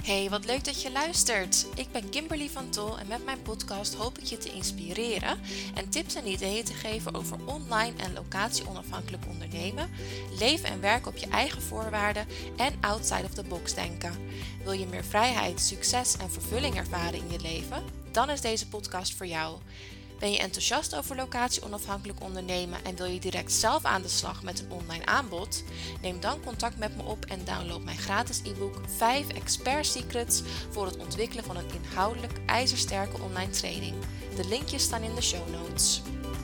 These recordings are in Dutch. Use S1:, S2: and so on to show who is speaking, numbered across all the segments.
S1: Hey, wat leuk dat je luistert. Ik ben Kimberly van Tol en met mijn podcast hoop ik je te inspireren en tips en ideeën te geven over online en locatie-onafhankelijk ondernemen, leven en werken op je eigen voorwaarden en outside of the box denken. Wil je meer vrijheid, succes en vervulling ervaren in je leven? Dan is deze podcast voor jou. Ben je enthousiast over locatie-onafhankelijk ondernemen en wil je direct zelf aan de slag met een online aanbod? Neem dan contact met me op en download mijn gratis e-book 5 Expert Secrets voor het ontwikkelen van een inhoudelijk ijzersterke online training. De linkjes staan in de show notes.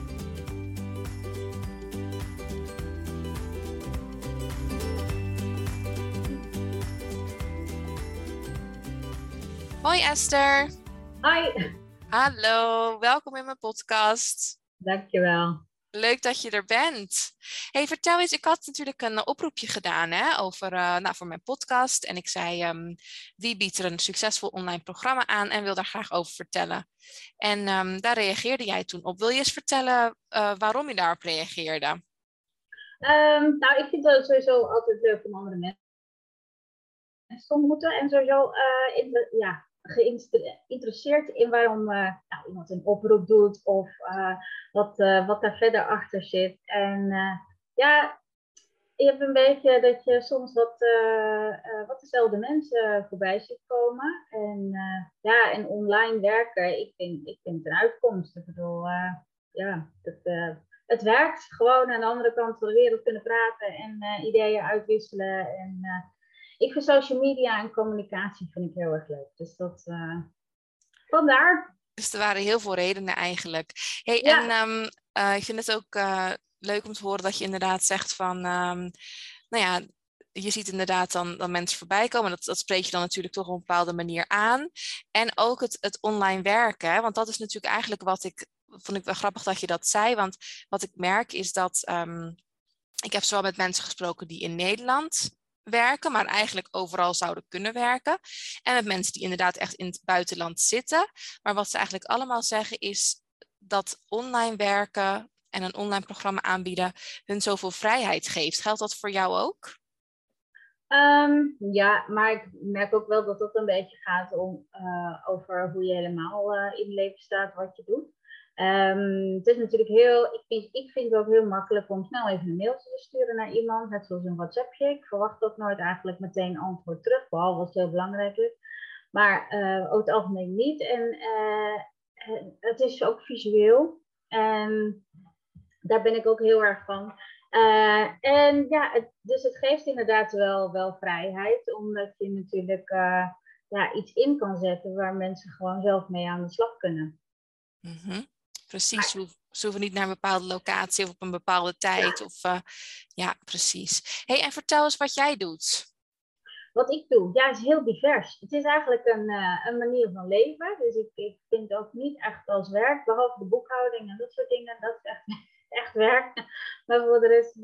S1: Hoi Esther.
S2: Hi.
S1: Hallo, welkom in mijn podcast.
S2: Dankjewel.
S1: Leuk dat je er bent. Hey, vertel eens, ik had natuurlijk een oproepje gedaan voor mijn podcast. En ik zei, wie biedt er een succesvol online programma aan en wil daar graag over vertellen. En daar reageerde jij toen op. Wil je eens vertellen waarom je daarop reageerde?
S2: Nou, ik vind het sowieso altijd leuk om andere mensen te ontmoeten. En sowieso geïnteresseerd in waarom iemand een oproep doet of wat daar verder achter zit. En je hebt een beetje dat je soms wat dezelfde mensen voorbij ziet komen. En online werken, ik vind het een uitkomst. Ik bedoel, het werkt gewoon aan de andere kant van de wereld kunnen praten en ideeën uitwisselen. En ik vind social media en communicatie vind ik heel erg leuk. Dus dat vandaar.
S1: Dus er waren heel veel redenen eigenlijk. Hey,
S2: Ja.
S1: En ik vind het ook leuk om te horen dat je inderdaad zegt van, je ziet inderdaad dan mensen voorbij komen. Dat spreek je dan natuurlijk toch op een bepaalde manier aan. En ook het online werken, hè? Want dat is natuurlijk eigenlijk vond ik wel grappig dat je dat zei. Want wat ik merk is dat, ik heb zowel met mensen gesproken die in Nederland werken, maar eigenlijk overal zouden kunnen werken. En met mensen die inderdaad echt in het buitenland zitten. Maar wat ze eigenlijk allemaal zeggen is dat online werken en een online programma aanbieden hun zoveel vrijheid geeft. Geldt dat voor jou ook?
S2: Ja, maar ik merk ook wel dat het een beetje gaat over hoe je helemaal in het leven staat, wat je doet. Het is natuurlijk ik vind het ook heel makkelijk om snel even een mailtje te sturen naar iemand, net zoals een WhatsAppje. Ik verwacht ook nooit eigenlijk meteen antwoord terug, behalve als het heel belangrijk is. Maar over het algemeen niet. En het is ook visueel. En daar ben ik ook heel erg van. Dus het geeft inderdaad wel vrijheid, omdat je natuurlijk iets in kan zetten waar mensen gewoon zelf mee aan de slag kunnen.
S1: Mm-hmm. Precies, ze hoeven niet naar een bepaalde locatie of op een bepaalde tijd. Ja, precies. Hey, en vertel eens wat jij doet.
S2: Wat ik doe, is heel divers. Het is eigenlijk een manier van leven. Dus ik vind het ook niet echt als werk, behalve de boekhouding en dat soort dingen. Dat is echt werk. Maar voor de rest,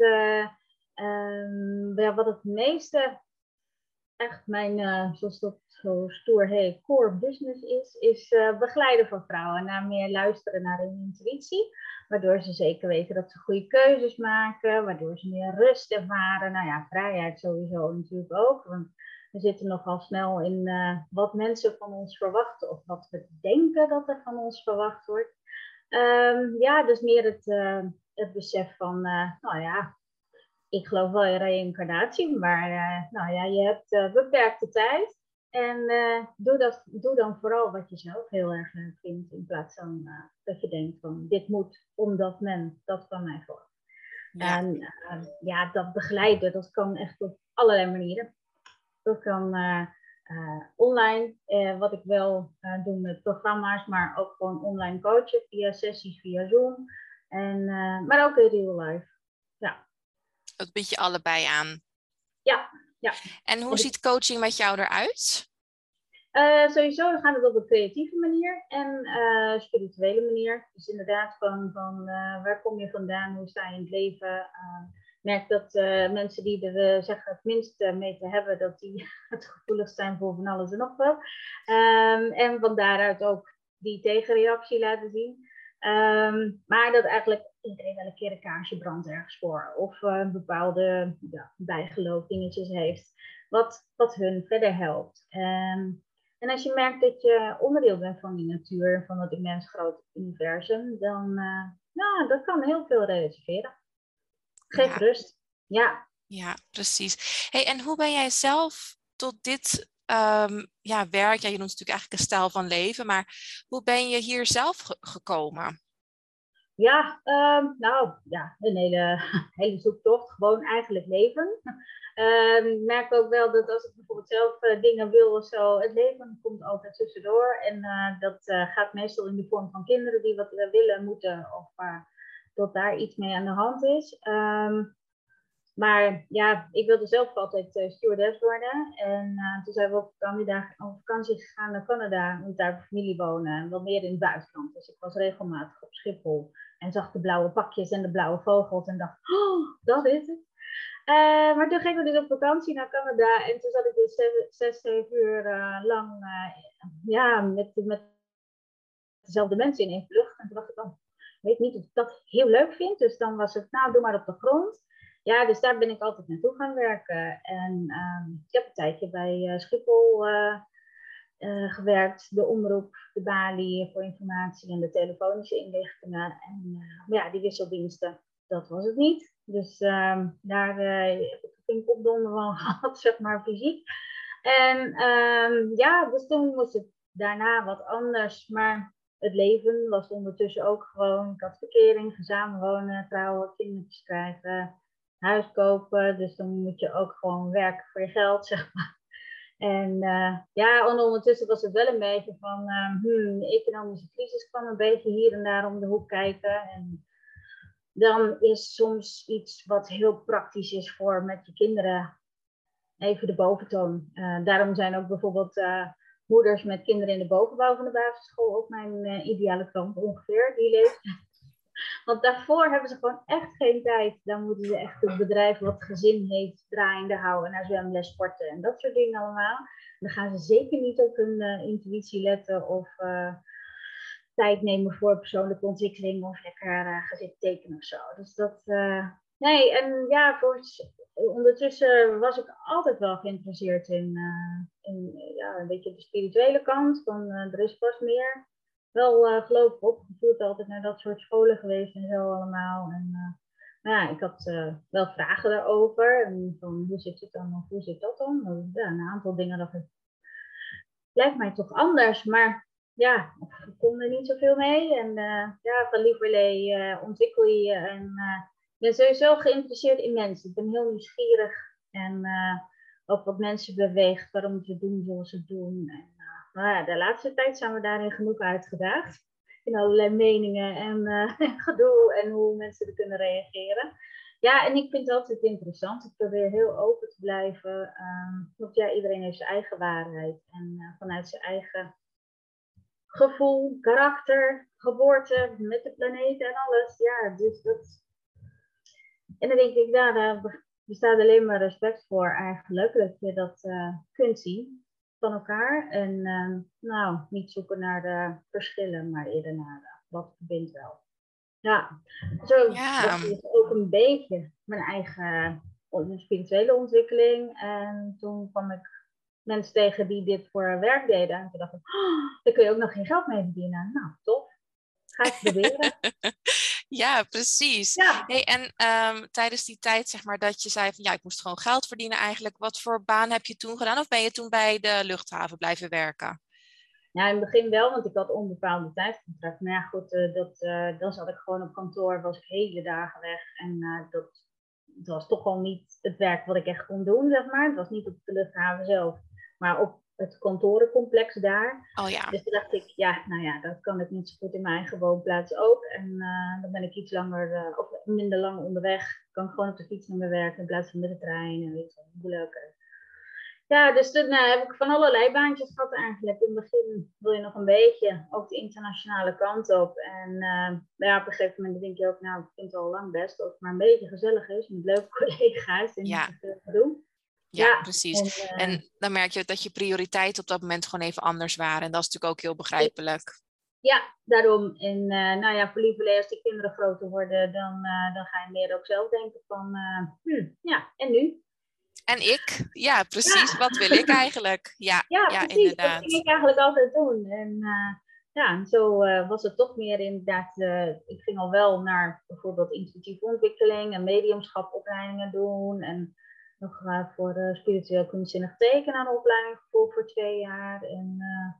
S2: wat het meeste echt mijn, zoals dat zo stoer heet, core business is begeleiden van vrouwen. Naar meer luisteren naar hun intuïtie. Waardoor ze zeker weten dat ze goede keuzes maken. Waardoor ze meer rust ervaren. Nou ja, vrijheid sowieso natuurlijk ook. Want we zitten nogal snel in wat mensen van ons verwachten. Of wat we denken dat er van ons verwacht wordt. Dus meer het besef van, ik geloof wel in reïncarnatie, maar je hebt beperkte tijd. En doe dan vooral wat je zelf heel erg vindt, in plaats van dat je denkt van dit moet, omdat men dat van mij verwacht. Ja. En dat begeleiden, dat kan echt op allerlei manieren. Dat kan online, wat ik wel doe met programma's, maar ook gewoon online coachen via sessies, via Zoom. Maar ook in real life. Ja.
S1: Dat bied je allebei aan.
S2: Ja.
S1: En hoe ziet coaching met jou eruit?
S2: Sowieso gaat het op een creatieve manier en spirituele manier. Dus inderdaad van waar kom je vandaan, hoe sta je in het leven. Ik merk dat mensen die er zeggen het minst mee te hebben, dat die het gevoelig zijn voor van alles en nog wat. En van daaruit ook die tegenreactie laten zien. Maar dat eigenlijk iedereen wel een keer een kaarsje brandt ergens voor. Of bepaalde bijgeloof dingetjes heeft. Wat hun verder helpt. En als je merkt dat je onderdeel bent van die natuur, van dat immens grote universum, dan dat kan heel veel relativeren. Geef rust.
S1: Ja, precies. Hey, en hoe ben jij zelf tot dit werk? Ja, je noemt het natuurlijk eigenlijk een stijl van leven, maar hoe ben je hier zelf gekomen?
S2: Ja, een hele zoektocht. Gewoon eigenlijk leven. Ik merk ook wel dat als ik bijvoorbeeld zelf dingen wil of zo, het leven komt altijd tussendoor. En dat gaat meestal in de vorm van kinderen die wat willen, moeten of dat daar iets mee aan de hand is. Maar ja, ik wilde zelf altijd stewardess worden. En toen zijn we op vakantie gegaan naar Canada, want daar familie wonen. En wat meer in het buitenland. Dus ik was regelmatig op Schiphol. En zag de blauwe pakjes en de blauwe vogels. En dacht, oh, dat is het. Maar toen gingen we dus op vakantie naar Canada. En toen zat ik dus 6, 7 uur lang met dezelfde mensen in één vlucht. En toen dacht ik, ik weet niet of ik dat heel leuk vind. Dus dan was het, doe maar op de grond. Ja, dus daar ben ik altijd naartoe gaan werken. En ik heb een tijdje bij Schiphol gewerkt. De omroep, de balie voor informatie en de telefonische inlichtingen. En die wisseldiensten, dat was het niet. Dus daar heb ik geen kopdonder van gehad, zeg maar, fysiek. En dus toen moest het daarna wat anders. Maar het leven was ondertussen ook gewoon. Ik had verkering, samenwonen, trouwen, kindertjes krijgen, huis kopen. Dus dan moet je ook gewoon werken voor je geld, zeg maar. En ondertussen was het wel een beetje van de economische crisis kwam een beetje hier en daar om de hoek kijken. En dan is soms iets wat heel praktisch is voor met je kinderen even de boventoon. Daarom zijn ook bijvoorbeeld moeders met kinderen in de bovenbouw van de basisschool ook mijn ideale klant ongeveer, die leeftijd. Want daarvoor hebben ze gewoon echt geen tijd. Dan moeten ze echt het bedrijf wat gezin heeft draaiende houden. Naar zwemles, sporten en dat soort dingen allemaal. Dan gaan ze zeker niet op hun intuïtie letten of tijd nemen voor persoonlijke ontwikkeling of lekker gaan zitten tekenen of zo. Dus dat, ondertussen was ik altijd wel geïnteresseerd in een beetje de spirituele kant. Van er is pas meer. Wel geloof ik opgevoed, altijd naar dat soort scholen geweest en zo allemaal. En ik had wel vragen daarover. En van hoe zit het dan of hoe zit dat dan? Een aantal dingen dacht ik, lijkt mij toch anders. Maar ja, ik kon er niet zoveel mee. En van lieverlee ontwikkel je. En ik ben sowieso geïnteresseerd in mensen. Ik ben heel nieuwsgierig. En ook wat mensen beweegt, waarom ze doen zoals ze het doen. En de laatste tijd zijn we daarin genoeg uitgedaagd. In allerlei meningen en gedoe en hoe mensen er kunnen reageren. Ja, en ik vind het altijd interessant. Ik probeer heel open te blijven. Want iedereen heeft zijn eigen waarheid. En vanuit zijn eigen gevoel, karakter, geboorte, met de planeet en alles. Ja, dus dat... En dan denk ik, daar bestaat alleen maar respect voor eigenlijk. Dat je dat kunt zien van elkaar. En niet zoeken naar de verschillen, maar eerder naar wat verbindt wel. Ja, zo was het ook een beetje mijn eigen spirituele ontwikkeling. En toen kwam ik mensen tegen die dit voor werk deden. En toen dacht ik, daar kun je ook nog geen geld mee verdienen. Nou, tof. Ga ik proberen.
S1: Ja, precies.
S2: Ja.
S1: Hey, en tijdens die tijd, zeg maar, dat je zei van ik moest gewoon geld verdienen eigenlijk. Wat voor baan heb je toen gedaan? Of ben je toen bij de luchthaven blijven werken?
S2: Ja, in het begin wel, want ik had onbepaalde tijdcontract. Maar ja, goed, dan zat ik gewoon op kantoor, was ik hele dagen weg. En dat was toch gewoon niet het werk wat ik echt kon doen, zeg maar. Het was niet op de luchthaven zelf, maar op het kantorencomplex daar.
S1: Oh ja.
S2: Dus toen dacht ik, dat kan ik niet zo goed in mijn eigen woonplaats ook. En dan ben ik iets langer, of minder lang onderweg. Kan ik gewoon op de fiets naar mijn werk in plaats van met de trein. En weet je, hoe leuker. Ja, dus toen heb ik van allerlei baantjes gehad eigenlijk. In het begin wil je nog een beetje ook de internationale kant op. En op een gegeven moment denk je ook, ik vind het al lang best. Of het maar een beetje gezellig is met leuke collega's en niet te veel doen.
S1: Ja, precies. En dan merk je dat je prioriteiten op dat moment gewoon even anders waren. En dat is natuurlijk ook heel begrijpelijk.
S2: Ja, daarom. En nou ja, voor lieverlee als die kinderen groter worden, dan ga je meer ook zelf denken van, ja, en nu?
S1: En ik? Ja, precies.
S2: Ja,
S1: Wat wil ik eigenlijk? Ja,
S2: ja,
S1: ja,
S2: precies. Dat ging
S1: inderdaad.
S2: ik eigenlijk altijd doen. En ja, en zo was het toch meer inderdaad. Ik ging al wel naar bijvoorbeeld intuïtieve ontwikkeling en mediumschapopleidingen doen. En nog voor spiritueel kunstzinnig tekenen een opleiding gevolgd voor 2 jaar. En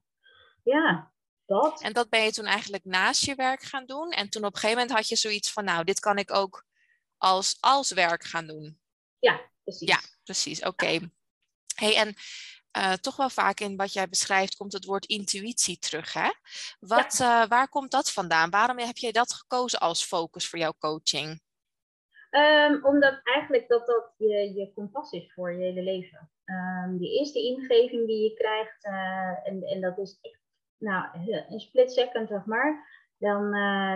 S2: ja, dat.
S1: En dat ben je toen eigenlijk naast je werk gaan doen. En toen op een gegeven moment had je zoiets van, nou, dit kan ik ook als werk gaan doen.
S2: Ja,
S1: Ja,
S2: precies.
S1: precies. Oké. Hey, en toch wel vaak in wat jij beschrijft komt het woord intuïtie terug, hè?
S2: Ja.
S1: Waar komt dat vandaan? Waarom heb jij dat gekozen als focus voor jouw coaching?
S2: Omdat eigenlijk dat je kompas is voor je hele leven. Die eerste ingeving die je krijgt, en dat is echt nou, een split second, zeg maar, dan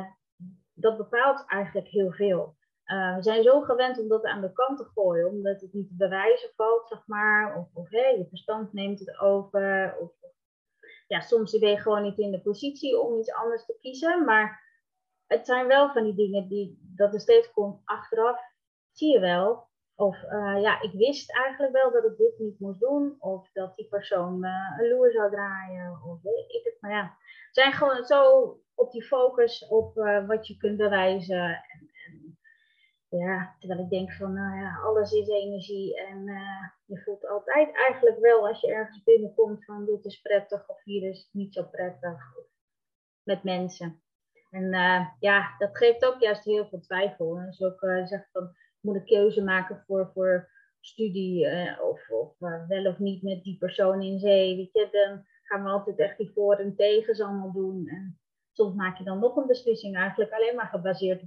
S2: dat bepaalt eigenlijk heel veel. We zijn zo gewend om dat aan de kant te gooien, omdat het niet te bewijzen valt, zeg maar, of je verstand neemt het over, of ja, soms ben je gewoon niet in de positie om iets anders te kiezen, maar het zijn wel van die dingen dat er steeds komt achteraf, zie je wel. Of ja, ik wist eigenlijk wel dat ik dit niet moest doen. Of dat die persoon een loer zou draaien. Of weet ik het. Maar ja, we zijn gewoon zo op die focus op wat je kunt bewijzen. En ja, terwijl ik denk van, nou ja, alles is energie. En je voelt altijd eigenlijk wel als je ergens binnenkomt van dit is prettig of hier is het niet zo prettig. Met mensen. En ja, dat geeft ook juist heel veel twijfel. En dus ook zeg van, ik moet een keuze maken voor studie of wel of niet met die persoon in zee. Weet je, dan gaan we altijd echt die voor- en tegens allemaal doen. En soms maak je dan nog een beslissing eigenlijk alleen maar gebaseerd op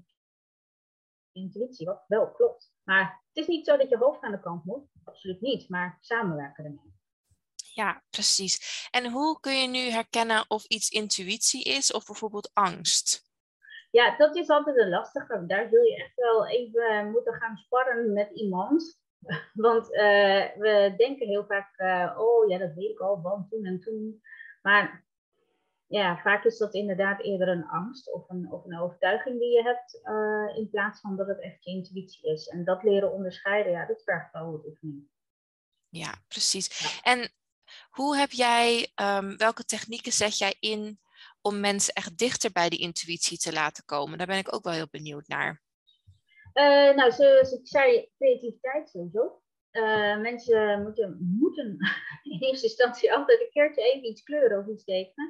S2: intuïtie, wat wel klopt. Maar het is niet zo dat je hoofd aan de kant moet. Absoluut niet, maar samenwerken ermee.
S1: Ja, precies. En hoe kun je nu herkennen of iets intuïtie is of bijvoorbeeld angst?
S2: Ja, dat is altijd een lastige. Daar zul je echt wel even moeten gaan sparren met iemand. Want we denken heel vaak, oh ja, dat weet ik al van toen en toen. Maar ja, vaak is dat inderdaad eerder een angst of een overtuiging die je hebt, in plaats van dat het echt je intuïtie is. En dat leren onderscheiden, ja, dat vergt wel wat oefening.
S1: Ja, precies.
S2: Ja.
S1: En hoe heb jij, welke technieken zet jij in om mensen echt dichter bij die intuïtie te laten komen? Daar ben ik ook wel heel benieuwd naar.
S2: Nou, zoals ik zei, creativiteit sowieso. Mensen moeten in eerste instantie altijd een keertje even iets kleuren of iets tekenen.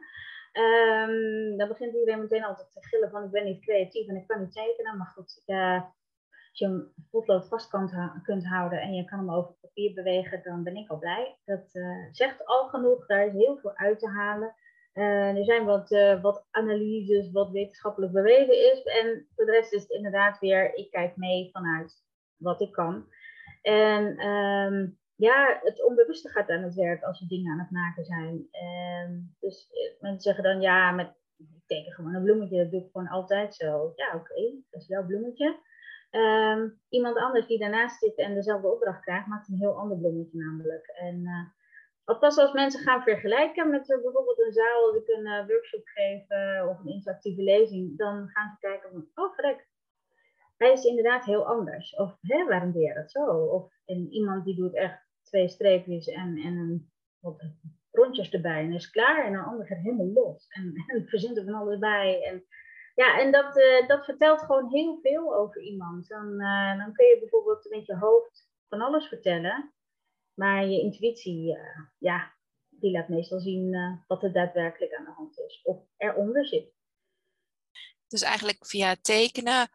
S2: Dan begint iedereen meteen altijd te gillen van ik ben niet creatief en ik kan niet tekenen. Maar goed, als je een potlood vast kunt houden en je kan hem over papier bewegen, dan ben ik al blij. Dat zegt al genoeg, daar is heel veel uit te halen. Er zijn wat analyses, wat wetenschappelijk bewezen is. En voor de rest is het inderdaad weer, ik kijk mee vanuit wat ik kan. En ja, het onbewuste gaat aan het werk als je dingen aan het maken zijn. Dus mensen zeggen dan, ja, ik teken gewoon een bloemetje, dat doe ik gewoon altijd zo. Ja, oké, dat is jouw bloemetje. Iemand anders die daarnaast zit en dezelfde opdracht krijgt, maakt een heel ander bloemetje namelijk. En pas als mensen gaan vergelijken met bijvoorbeeld een zaal, als ik een workshop geef of een interactieve lezing, dan gaan ze kijken van, oh verrek, hij is inderdaad heel anders. Of waarom doe jij dat zo? Of iemand die doet echt 2 streepjes en wat rondjes erbij en is klaar. En een ander gaat helemaal los en verzint er van alles bij. En ja, en dat vertelt gewoon heel veel over iemand. Dan kun je bijvoorbeeld met je hoofd van alles vertellen. Maar je intuïtie, ja, die laat meestal zien wat er daadwerkelijk aan de hand is. Of eronder zit.
S1: Dus eigenlijk via het tekenen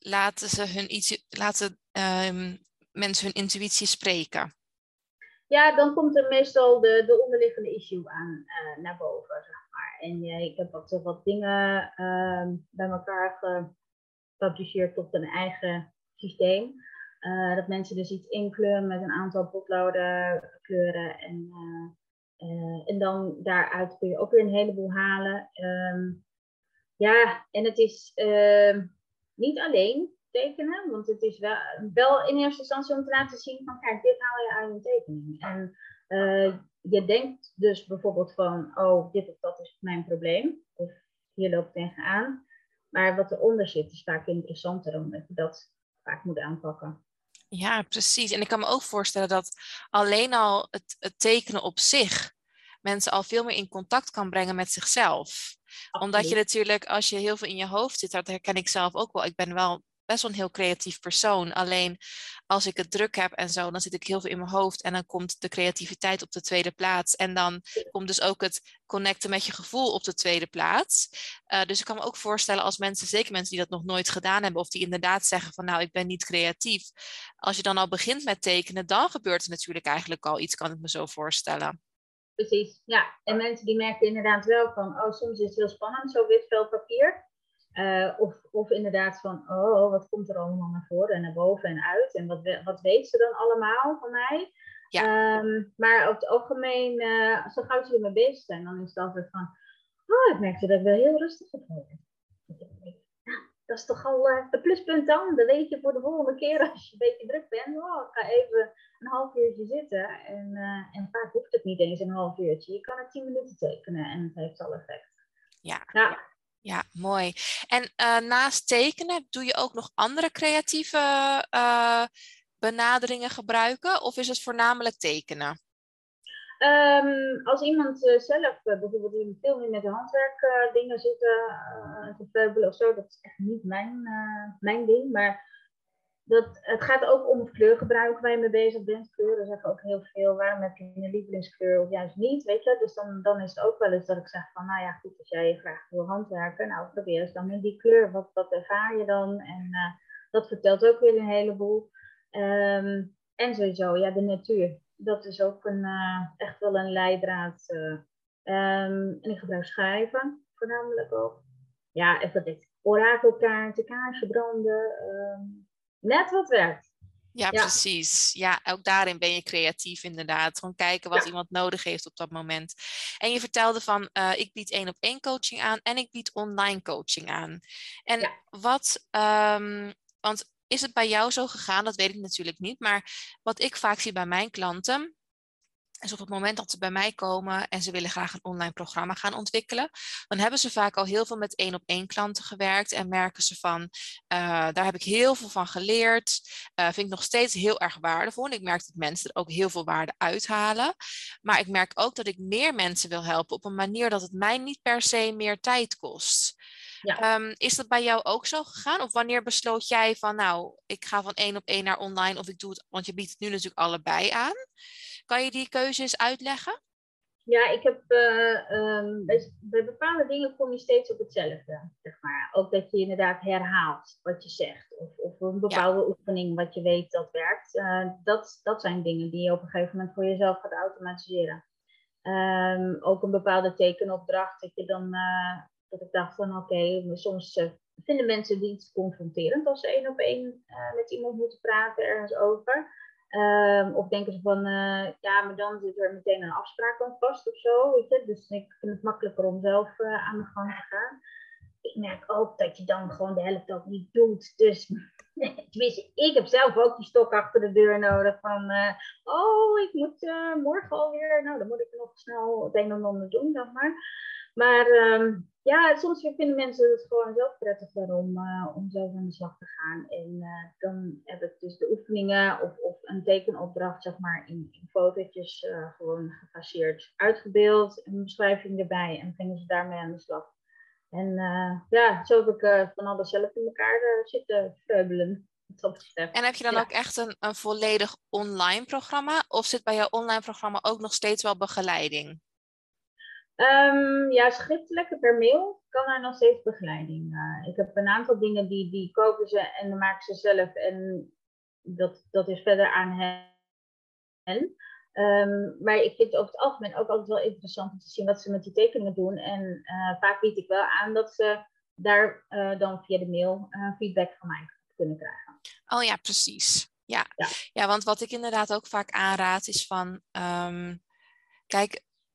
S1: laten mensen hun intuïtie spreken.
S2: Ja, dan komt er meestal de onderliggende issue aan naar boven, zeg maar. En ik heb wat dingen bij elkaar gefabriceerd tot een eigen systeem. Dat mensen dus iets inkleuren met een aantal potloden, kleuren. En dan daaruit kun je ook weer een heleboel halen. Ja, en het is niet alleen tekenen, want het is wel in eerste instantie om te laten zien van kijk, dit haal je uit een tekening. En je denkt dus bijvoorbeeld van, oh, dit of dat is mijn probleem. Of hier loop ik tegenaan. Maar wat eronder zit is vaak interessanter, omdat je dat vaak moet aanpakken.
S1: Ja, precies. En ik kan me ook voorstellen dat alleen al het tekenen op zich mensen al veel meer in contact kan brengen met zichzelf. Omdat je
S2: Absoluut.
S1: natuurlijk, als je heel veel in je hoofd zit, dat herken ik zelf ook wel. Ik ben wel best wel een heel creatief persoon. Alleen als ik het druk heb en zo, dan zit ik heel veel in mijn hoofd en dan komt de creativiteit op de tweede plaats. En dan komt dus ook het connecten met je gevoel op de tweede plaats. Dus ik kan me ook voorstellen als mensen, zeker mensen die dat nog nooit gedaan hebben, of die inderdaad zeggen van nou, ik ben niet creatief. Als je dan al begint met tekenen, dan gebeurt er natuurlijk eigenlijk al iets, kan ik me zo voorstellen.
S2: Precies, ja. En mensen die merken inderdaad wel van, oh, soms is het heel spannend, zo wit vel papier. Of inderdaad van, oh, wat komt er allemaal naar voren en naar boven en uit? En wat weet ze dan allemaal van mij?
S1: Ja.
S2: Maar op het algemeen, zo gauw ze ermee bezig zijn, dan is het altijd van, oh, ik merkte dat ik wel heel rustig geworden. Dat is toch al een pluspunt dan. Dan weet je voor de volgende keer als je een beetje druk bent. Oh, ik ga even een half uurtje zitten. En vaak hoeft het niet eens een half uurtje. Je kan er 10 minuten tekenen en het heeft al effect.
S1: Ja.
S2: Ja.
S1: Ja, mooi. En naast tekenen, doe je ook nog andere creatieve benaderingen gebruiken? Of is het voornamelijk tekenen?
S2: Als iemand zelf bijvoorbeeld veel meer met de handwerk dingen zitten te vreubelen of zo, dat is echt niet mijn ding. Maar het gaat ook om het kleurgebruik waar je mee bezig bent. Kleuren zeggen ook heel veel. Waarom heb je een lievelingskleur of juist niet, weet je? Dus dan is het ook wel eens dat ik zeg van, nou ja, goed, als jij graag wil handwerken, nou probeer eens dan in die kleur. Wat ervaar je dan? En dat vertelt ook weer een heleboel. En sowieso, ja, de natuur. Dat is ook echt wel een leidraad. En ik gebruik schrijven, voornamelijk ook. Ja, even dit orakelkaarten, kaarsje branden. Net wat werkt.
S1: Ja,
S2: Ja.
S1: precies. Ja, ook daarin ben je creatief inderdaad. Gewoon kijken wat
S2: Ja.
S1: iemand nodig heeft op dat moment. En je vertelde van, ik bied 1-op-1 coaching aan en ik bied online coaching aan. En
S2: Ja.
S1: want is het bij jou zo gegaan? Dat weet ik natuurlijk niet. Maar wat ik vaak zie bij mijn klanten, dus op het moment dat ze bij mij komen en ze willen graag een online programma gaan ontwikkelen, dan hebben ze vaak al heel veel met 1-op-1 klanten gewerkt en merken ze van, daar heb ik heel veel van geleerd. Vind ik nog steeds heel erg waardevol. En ik merk dat mensen er ook heel veel waarde uithalen. Maar ik merk ook dat ik meer mensen wil helpen op een manier dat het mij niet per se meer tijd kost.
S2: Ja.
S1: Is dat bij jou ook zo gegaan? Of wanneer besloot jij van, nou, ik ga van 1-op-1 naar online of ik doe het, want je biedt het nu natuurlijk allebei aan. Kan je die keuze eens uitleggen?
S2: Ja, ik heb bij bepaalde dingen kom je steeds op hetzelfde, zeg maar. Ook dat je inderdaad herhaalt wat je zegt. Of een
S1: Ja,
S2: bepaalde oefening wat je weet dat werkt. Dat zijn dingen die je op een gegeven moment voor jezelf gaat automatiseren. Ook een bepaalde tekenopdracht dat je dan dat ik dacht van oké, soms vinden mensen die iets confronterend als ze 1-op-1 met iemand moeten praten ergens over. Of denken ze van ja, maar dan zit er meteen een afspraak aan vast of zo, weet je. Dus ik vind het makkelijker om zelf aan de gang te gaan. Ik merk ook dat je dan gewoon de helft ook niet doet. Dus tenminste, ik heb zelf ook die stok achter de deur nodig van oh, ik moet morgen alweer, nou dan moet ik er nog snel het een en ander doen, zeg maar. Maar ja, soms vinden mensen het gewoon zelf prettiger om zelf aan de slag te gaan. En dan heb ik dus de oefeningen of een tekenopdracht, zeg maar, in fotootjes gewoon gefaseerd uitgebeeld. Een beschrijving erbij en gingen ze daarmee aan de slag. En ja, zo heb ik van alles zelf in elkaar zitten vreubelen.
S1: En heb je dan ook echt een volledig online programma? Of zit bij jouw online programma ook nog steeds wel begeleiding?
S2: Ja, schriftelijk per mail kan er nog steeds begeleiding. Ik heb een aantal dingen die kopen ze en dan maken ze zelf. En dat is verder aan hen. Maar ik vind het over het algemeen ook altijd wel interessant om te zien wat ze met die tekeningen doen. En vaak bied ik wel aan dat ze daar dan via de mail feedback van mij kunnen krijgen.
S1: Oh ja, precies. Ja.
S2: Ja.
S1: Ja, want wat ik inderdaad ook vaak aanraad is van, kijk,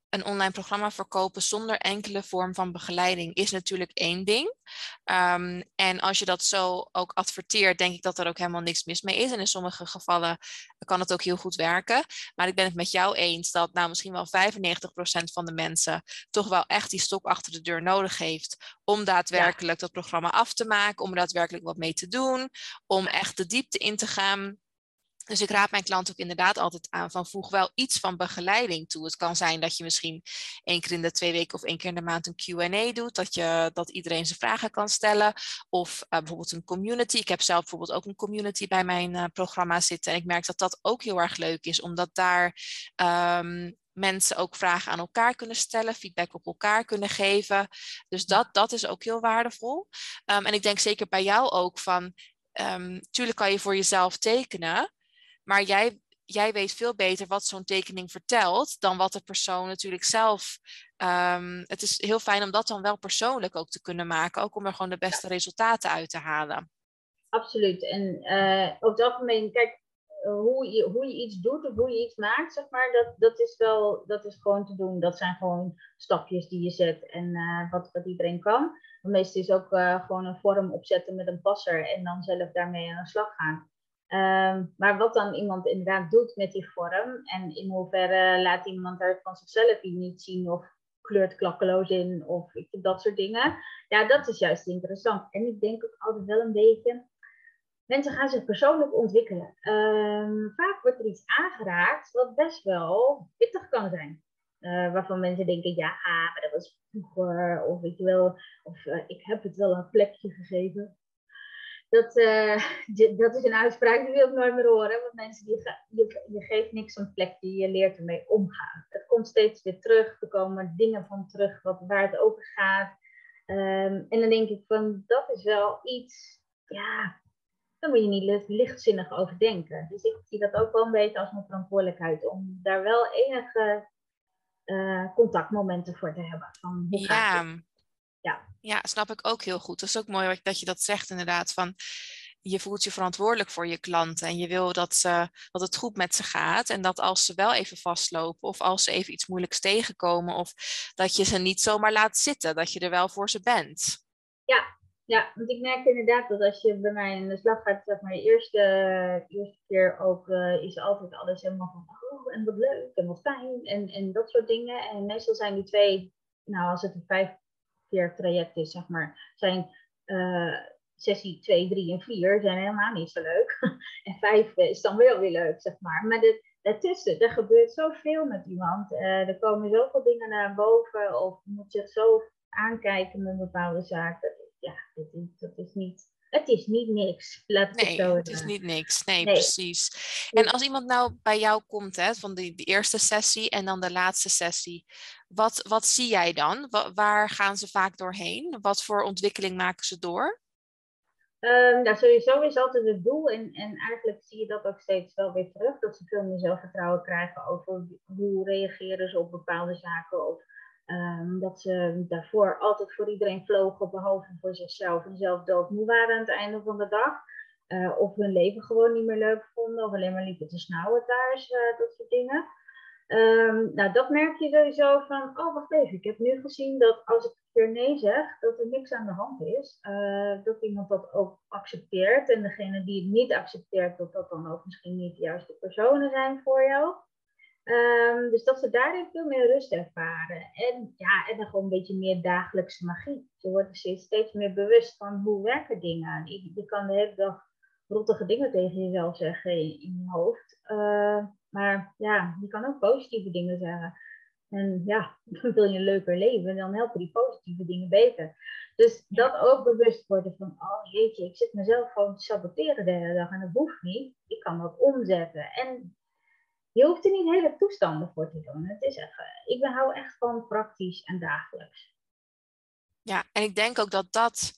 S1: een online programma verkopen zonder enkele vorm van begeleiding is natuurlijk één ding. En als je dat zo ook adverteert, denk ik dat er ook helemaal niks mis mee is. En in sommige gevallen kan het ook heel goed werken. Maar ik ben het met jou eens dat misschien wel 95% van de mensen toch wel echt die stok achter de deur nodig heeft om daadwerkelijk dat programma af te maken, om er daadwerkelijk wat mee te doen, om echt de diepte in te gaan. Dus ik raad mijn klant ook inderdaad altijd aan van voeg wel iets van begeleiding toe. Het kan zijn dat je misschien 1 keer in de 2 weken of 1 keer in de maand een Q&A doet. Dat iedereen zijn vragen kan stellen. Of bijvoorbeeld een community. Ik heb zelf bijvoorbeeld ook een community bij mijn programma zitten. En ik merk dat dat ook heel erg leuk is. Omdat daar mensen ook vragen aan elkaar kunnen stellen. Feedback op elkaar kunnen geven. Dus dat is ook heel waardevol. En ik denk zeker bij jou ook van tuurlijk kan je voor jezelf tekenen. Maar jij weet veel beter wat zo'n tekening vertelt dan wat de persoon natuurlijk zelf. Het is heel fijn om dat dan wel persoonlijk ook te kunnen maken. Ook om er gewoon de beste resultaten uit te halen.
S2: Absoluut. En over het algemeen, kijk, hoe je iets doet of hoe je iets maakt, zeg maar, dat is gewoon te doen. Dat zijn gewoon stapjes die je zet en wat iedereen kan. Meestal is ook gewoon een vorm opzetten met een passer en dan zelf daarmee aan de slag gaan. Maar wat dan iemand inderdaad doet met die vorm en in hoeverre laat iemand er van zichzelf niet zien of kleurt klakkeloos in of dat soort dingen. Ja, dat is juist interessant. En ik denk ook altijd wel een beetje, mensen gaan zich persoonlijk ontwikkelen. Vaak wordt er iets aangeraakt wat best wel pittig kan zijn. Waarvan mensen denken, ja, maar dat was vroeger, of weet je wel, of ik heb het wel een plekje gegeven. Dat is een uitspraak die wil ik nooit meer horen. Want mensen, je geeft niks een plekje, je leert ermee omgaan. Het komt steeds weer terug, er komen dingen van terug waar het over gaat. En dan denk ik van, dat is wel iets, ja, daar moet je niet lichtzinnig over denken. Dus ik zie dat ook wel een beetje als mijn verantwoordelijkheid om daar wel enige contactmomenten voor te hebben. Van, hoe gaat het?
S1: Ja, snap ik ook heel goed. Dat is ook mooi dat je dat zegt inderdaad. Van, je voelt je verantwoordelijk voor je klanten. En je wil dat het goed met ze gaat. En dat als ze wel even vastlopen. Of als ze even iets moeilijks tegenkomen. Of dat je ze niet zomaar laat zitten. Dat je er wel voor ze bent.
S2: Ja, want ik merk inderdaad dat als je bij mij in de slag gaat, zeg maar, de eerste keer ook is altijd alles helemaal van, oh, en wat leuk en wat fijn en dat soort dingen. En meestal zijn die 2, als het een 5 keer traject is, zeg maar, zijn sessie 2, 3 en 4 zijn helemaal niet zo leuk. En 5 is dan wel weer leuk, zeg maar. Maar daartussen, er gebeurt zoveel met iemand. Er komen zoveel dingen naar boven of je moet zich zo aankijken met bepaalde zaken. Ja, het is niet niks. Laat ik het zo
S1: het is niet niks. Nee,
S2: nee,
S1: precies. En als iemand nou bij jou komt, hè, van die eerste sessie en dan de laatste sessie, wat zie jij dan? Waar gaan ze vaak doorheen? Wat voor ontwikkeling maken ze door?
S2: Sowieso is altijd het doel en eigenlijk zie je dat ook steeds wel weer terug, dat ze veel meer zelfvertrouwen krijgen over hoe reageren ze op bepaalde zaken of dat ze daarvoor altijd voor iedereen vlogen, behalve voor zichzelf en zelf doodmoe waren aan het einde van de dag. Of hun leven gewoon niet meer leuk vonden of alleen maar liepen te snauwen thuis, dat soort dingen. Dat merk je sowieso van, oh wacht even, ik heb nu gezien dat als ik een keer nee zeg, dat er niks aan de hand is. Dat iemand dat ook accepteert en degene die het niet accepteert, dat dan ook misschien niet de juiste personen zijn voor jou. Dus dat ze daarin veel meer rust ervaren. En dan gewoon een beetje meer dagelijkse magie. Ze worden zich steeds meer bewust van hoe werken dingen. Je kan de hele dag rottige dingen tegen jezelf zeggen in je hoofd. Maar ja, je kan ook positieve dingen zeggen. En ja, wil je een leuker leven, dan helpen die positieve dingen beter. Dus dat ook bewust worden van, oh jeetje, ik zit mezelf gewoon te saboteren de hele dag en dat hoeft niet. Ik kan dat omzetten. En je hoeft er niet hele toestanden voor te doen. Het is ik hou echt van praktisch en dagelijks.
S1: Ja, en ik denk ook dat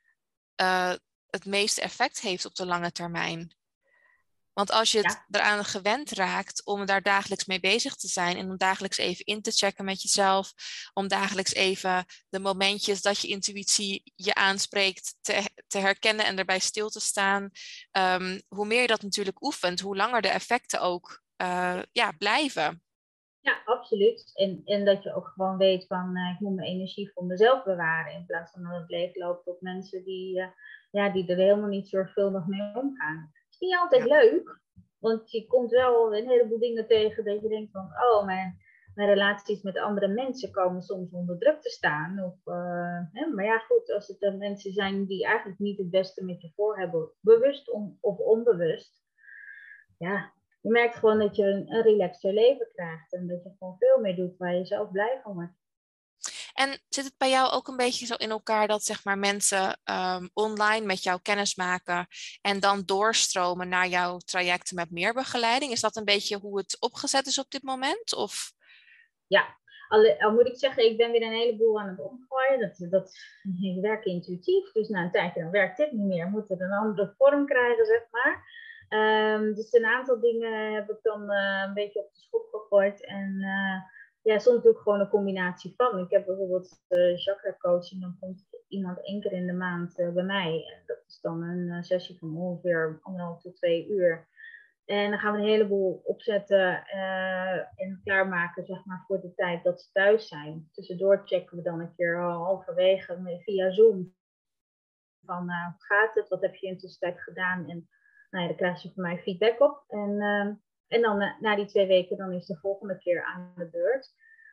S1: het meeste effect heeft op de lange termijn. Want als je het eraan gewend raakt om daar dagelijks mee bezig te zijn en om dagelijks even in te checken met jezelf, om dagelijks even de momentjes dat je intuïtie je aanspreekt te herkennen en erbij stil te staan, hoe meer je dat natuurlijk oefent, hoe langer de effecten ook blijven.
S2: Ja, absoluut. En dat je ook gewoon weet van, ik moet mijn energie voor mezelf bewaren. In plaats van dat het leegloopt op mensen die er helemaal niet zorgvuldig mee omgaan. Het is niet altijd leuk. Want je komt wel een heleboel dingen tegen dat je denkt van, oh, mijn relaties met andere mensen komen soms onder druk te staan. Maar ja, goed, als het dan mensen zijn die eigenlijk niet het beste met je voor hebben, bewust of onbewust. Ja, je merkt gewoon dat je een relaxter leven krijgt. En dat je gewoon veel meer doet waar je zelf blij van wordt.
S1: En zit het bij jou ook een beetje zo in elkaar dat zeg maar mensen online met jou kennis maken en dan doorstromen naar jouw trajecten met meer begeleiding? Is dat een beetje hoe het opgezet is op dit moment? Of?
S2: Ja, al moet ik zeggen, ik ben weer een heleboel aan het omgooien. Ik werk intuïtief, dus na een tijdje dan werkt dit niet meer. Moet het een andere vorm krijgen, zeg maar. Dus een aantal dingen heb ik dan een beetje op de schop gegooid. En soms doe ik gewoon een combinatie van. Ik heb bijvoorbeeld chakra coaching. Dan komt iemand 1 keer in de maand bij mij. En dat is dan een sessie van ongeveer 1,5 tot 2 uur. En dan gaan we een heleboel opzetten en klaarmaken, zeg maar, voor de tijd dat ze thuis zijn. Tussendoor checken we dan een keer halverwege via Zoom. Van hoe gaat het? Wat heb je in de tussentijd gedaan? En dan krijgen ze van mij feedback op. En dan na die 2 weken, dan is de volgende keer aan de beurt.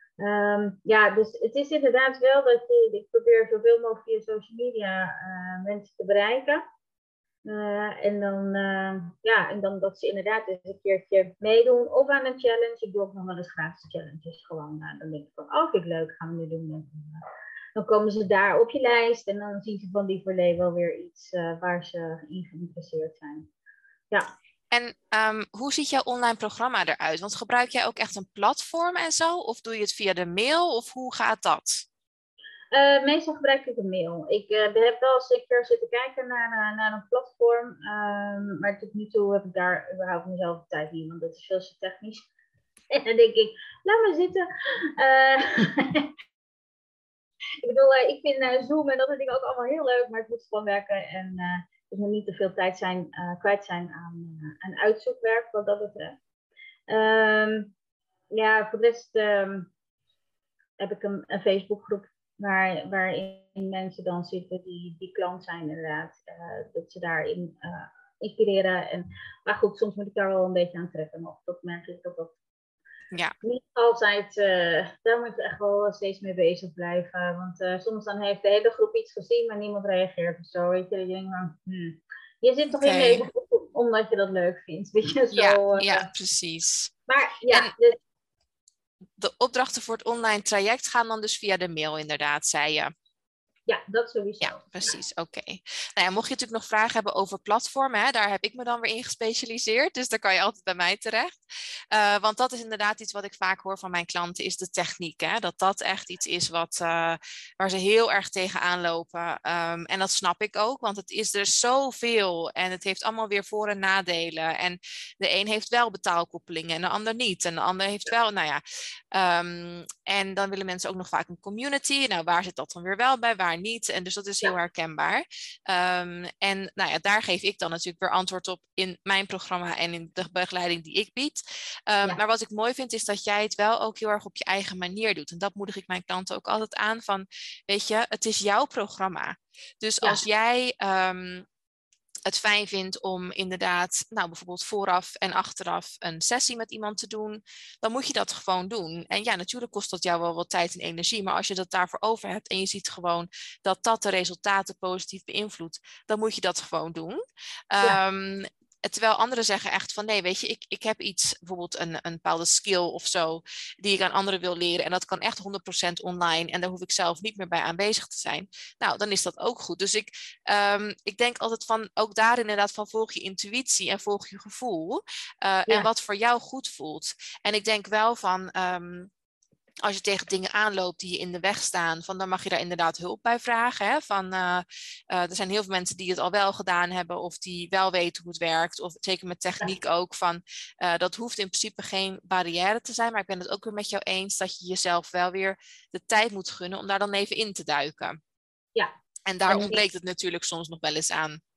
S2: Dus het is inderdaad wel dat ik probeer zoveel mogelijk via social media mensen te bereiken. En dan dat ze inderdaad eens een keertje meedoen of aan een challenge. Ik doe ook nog wel eens gratis challenges gewoon. Dan denk ik van, vind ik leuk, gaan we nu doen. Dan komen ze daar op je lijst en dan zien ze van die verleden wel weer iets waar ze in geïnteresseerd zijn. Ja.
S1: En hoe ziet jouw online programma eruit? Want gebruik jij ook echt een platform en zo? Of doe je het via de mail? Of hoe gaat dat?
S2: Meestal gebruik ik een mail. Ik heb wel eens een keer zitten kijken naar een platform. Maar tot nu toe heb ik daar überhaupt mezelf de tijd niet. Want dat is veel te technisch. En dan denk ik, laat maar zitten. Ik bedoel, ik vind Zoom en dat soort dingen ook allemaal heel leuk. Maar het moet gewoon werken. En ik moet niet te veel tijd kwijt zijn aan uitzoekwerk wat dat betreft. Voor de rest heb ik een Facebookgroep. Waarin mensen dan zitten die klant zijn inderdaad. Dat ze daarin inspireren. Maar goed, soms moet ik daar wel een beetje aan trekken nog. Dat merk ik dat niet altijd. Daar moet je echt wel steeds mee bezig blijven. Want soms dan heeft de hele groep iets gezien, maar niemand reageert of zo. Weet je, je denkt je zit toch in deze groep omdat je dat leuk vindt. Weet je, zo.
S1: Ja, precies.
S2: Maar ja, dus
S1: de opdrachten voor het online traject gaan dan dus via de mail inderdaad, zei je.
S2: Ja, dat sowieso.
S1: Ja, precies. Oké. Nou ja, mocht je natuurlijk nog vragen hebben over platformen, daar heb ik me dan weer in gespecialiseerd. Dus daar kan je altijd bij mij terecht. Want dat is inderdaad iets wat ik vaak hoor van mijn klanten, is de techniek. Hè? Dat echt iets is waar ze heel erg tegenaan lopen. En dat snap ik ook, want het is er zoveel. En het heeft allemaal weer voor- en nadelen. En de een heeft wel betaalkoppelingen en de ander niet. En de ander heeft wel, en dan willen mensen ook nog vaak een community. Nou, waar zit dat dan weer wel bij? Waar niet. En dus dat is heel herkenbaar. En daar geef ik dan natuurlijk weer antwoord op in mijn programma en in de begeleiding die ik bied. Maar wat ik mooi vind is dat jij het wel ook heel erg op je eigen manier doet. En dat moedig ik mijn klanten ook altijd aan van, weet je, het is jouw programma. Dus als jij het fijn vindt om inderdaad, bijvoorbeeld vooraf en achteraf een sessie met iemand te doen, dan moet je dat gewoon doen. En ja, natuurlijk kost dat jou wel wat tijd en energie, maar als je dat daarvoor over hebt en je ziet gewoon dat de resultaten positief beïnvloedt, dan moet je dat gewoon doen. Terwijl anderen zeggen echt van nee, weet je, ik heb iets, bijvoorbeeld een bepaalde skill of zo, die ik aan anderen wil leren. En dat kan echt 100% online en daar hoef ik zelf niet meer bij aanwezig te zijn. Nou, dan is dat ook goed. Dus ik denk altijd van, ook daar inderdaad van volg je intuïtie en volg je gevoel. En wat voor jou goed voelt. En ik denk wel van, als je tegen dingen aanloopt die je in de weg staan, dan mag je daar inderdaad hulp bij vragen. Hè? Er zijn heel veel mensen die het al wel gedaan hebben of die wel weten hoe het werkt. Of zeker met techniek ook. Dat hoeft in principe geen barrière te zijn. Maar ik ben het ook weer met jou eens dat je jezelf wel weer de tijd moet gunnen om daar dan even in te duiken.
S2: Ja.
S1: En daar ontbreekt het natuurlijk soms nog wel eens aan.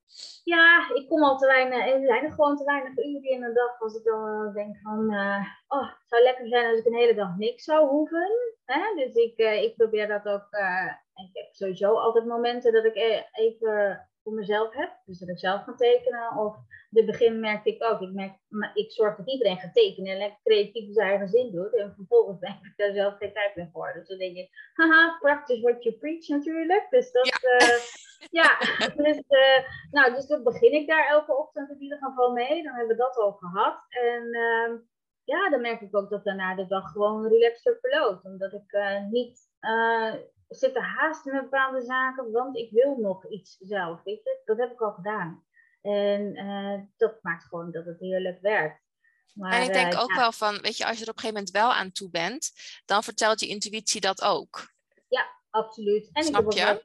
S2: Ja, ik kom al te weinig, gewoon te weinig uren in een dag als ik dan denk van, het zou lekker zijn als ik een hele dag niks zou hoeven. Hè? Dus ik probeer dat ook, ik heb sowieso altijd momenten dat ik even voor mezelf heb. Dus dat ik zelf ga tekenen. Of in het begin merkte ik ook, ik zorg dat iedereen gaat tekenen en lekker creatief zijn eigen zin doet. En vervolgens heb ik daar zelf geen tijd meer voor. Dus dan denk ik, haha, practice what you preach natuurlijk. Dus dat... Ja, dus dan begin ik daar elke ochtend in ieder geval mee. Dan hebben we dat al gehad. En dan merk ik ook dat daarna de dag gewoon relaxter verloopt. Omdat ik niet zit te haasten met bepaalde zaken, want ik wil nog iets zelf. Weet je? Dat heb ik al gedaan. En dat maakt gewoon dat het heerlijk werkt. Maar,
S1: en ik denk ook wel van, weet je, als je er op een gegeven moment wel aan toe bent, dan vertelt je intuïtie dat ook.
S2: Ja, absoluut. En
S1: snap je?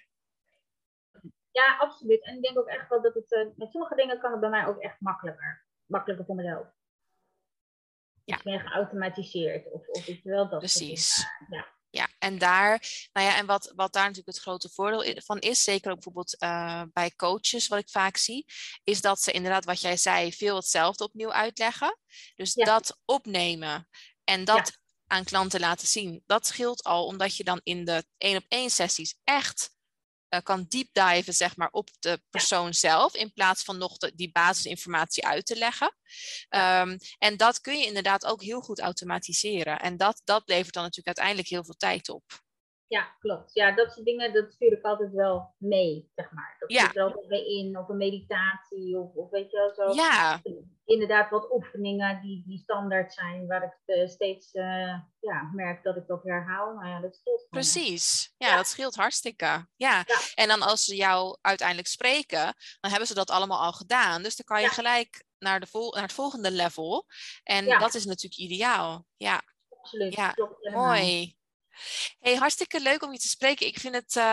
S2: Ja, absoluut. En ik denk ook echt wel dat het met sommige dingen kan het bij mij ook echt makkelijker. Makkelijker voor mezelf.
S1: Ja.
S2: Iets meer geautomatiseerd. Of ik wil dat.
S1: Precies.
S2: Ja.
S1: Ja, en daar, en wat daar natuurlijk het grote voordeel van is, zeker ook bijvoorbeeld bij coaches, wat ik vaak zie, is dat ze inderdaad, wat jij zei, veel hetzelfde opnieuw uitleggen. Dus dat opnemen en dat aan klanten laten zien, dat scheelt al, omdat je dan in de 1-op-1 sessies echt kan deepdiven, zeg maar, op de persoon zelf, in plaats van nog die basisinformatie uit te leggen. En dat kun je inderdaad ook heel goed automatiseren. En dat levert dan natuurlijk uiteindelijk heel veel tijd op.
S2: Ja, klopt. Ja, dat soort dingen, dat stuur ik altijd wel mee, zeg maar. Dat zit er altijd mee in, of een meditatie, of weet je wel zo.
S1: Ja.
S2: Inderdaad wat oefeningen die standaard zijn, waar ik steeds merk dat ik dat herhaal. Nou ja, dat scheelt gewoon.
S1: Precies. Ja, dat scheelt hartstikke. Ja. En dan als ze jou uiteindelijk spreken, dan hebben ze dat allemaal al gedaan. Dus dan kan je gelijk naar het volgende level. En dat is natuurlijk ideaal. Ja.
S2: Absoluut.
S1: Ja,
S2: klopt,
S1: mooi. Hey, hartstikke leuk om je te spreken. Ik vind het,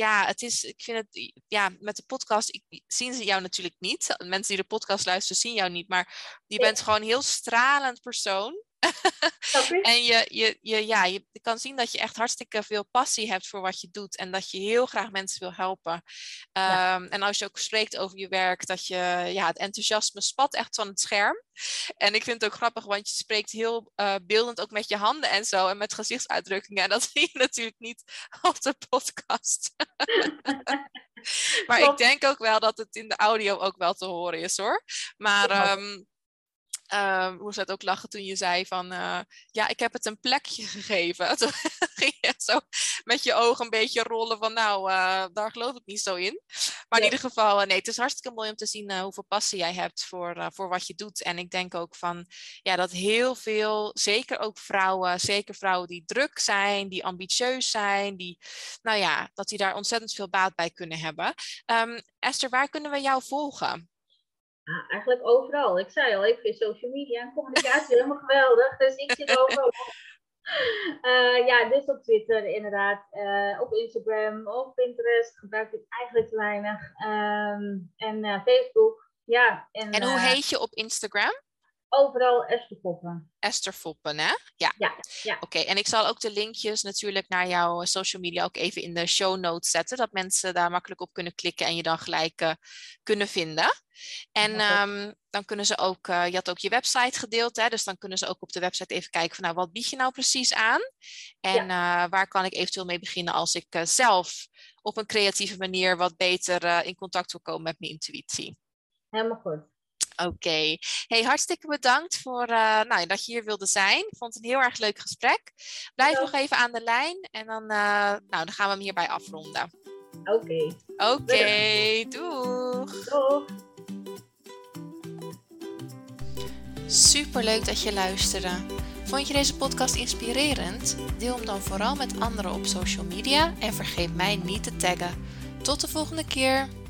S1: met de podcast zien ze jou natuurlijk niet. Mensen die de podcast luisteren zien jou niet, maar je bent gewoon een heel stralend persoon. En je kan zien dat je echt hartstikke veel passie hebt voor wat je doet en dat je heel graag mensen wil helpen. En als je ook spreekt over je werk, dat je het enthousiasme spat echt van het scherm. En ik vind het ook grappig, want je spreekt heel beeldend ook met je handen en zo en met gezichtsuitdrukkingen. En dat zie je natuurlijk niet op de podcast. Maar ik denk ook wel dat het in de audio ook wel te horen is, hoor. Maar moest het ook lachen toen je zei van, ik heb het een plekje gegeven. Toen ging je zo met je ogen een beetje rollen van, daar geloof ik niet zo in. Maar in ieder geval, het is hartstikke mooi om te zien hoeveel passie jij hebt voor wat je doet. En ik denk ook van, dat heel veel, zeker ook vrouwen, zeker vrouwen die druk zijn, die ambitieus zijn, dat die daar ontzettend veel baat bij kunnen hebben. Esther, waar kunnen we jou volgen?
S2: Eigenlijk overal. Ik zei al, ik vind social media en communicatie helemaal geweldig. Dus ik zit overal. Dus op Twitter inderdaad. Op Instagram, op Pinterest gebruik ik eigenlijk te weinig. En Facebook. Ja,
S1: en hoe heet je op Instagram?
S2: Overal Esther Foppen.
S1: Esther Foppen, hè? Ja. Oké, en ik zal ook de linkjes natuurlijk naar jouw social media ook even in de show notes zetten. Dat mensen daar makkelijk op kunnen klikken en je dan gelijk kunnen vinden. En dan kunnen ze ook, je had ook je website gedeeld, hè? Dus dan kunnen ze ook op de website even kijken van wat bied je nou precies aan? En waar kan ik eventueel mee beginnen als ik zelf op een creatieve manier wat beter in contact wil komen met mijn intuïtie.
S2: Helemaal goed.
S1: Oké. Hey, hartstikke bedankt voor dat je hier wilde zijn. Ik vond het een heel erg leuk gesprek. Blijf nog even aan de lijn en dan gaan we hem hierbij afronden. Oké, doeg.
S2: Doeg.
S1: Superleuk dat je luisterde. Vond je deze podcast inspirerend? Deel hem dan vooral met anderen op social media en vergeet mij niet te taggen. Tot de volgende keer.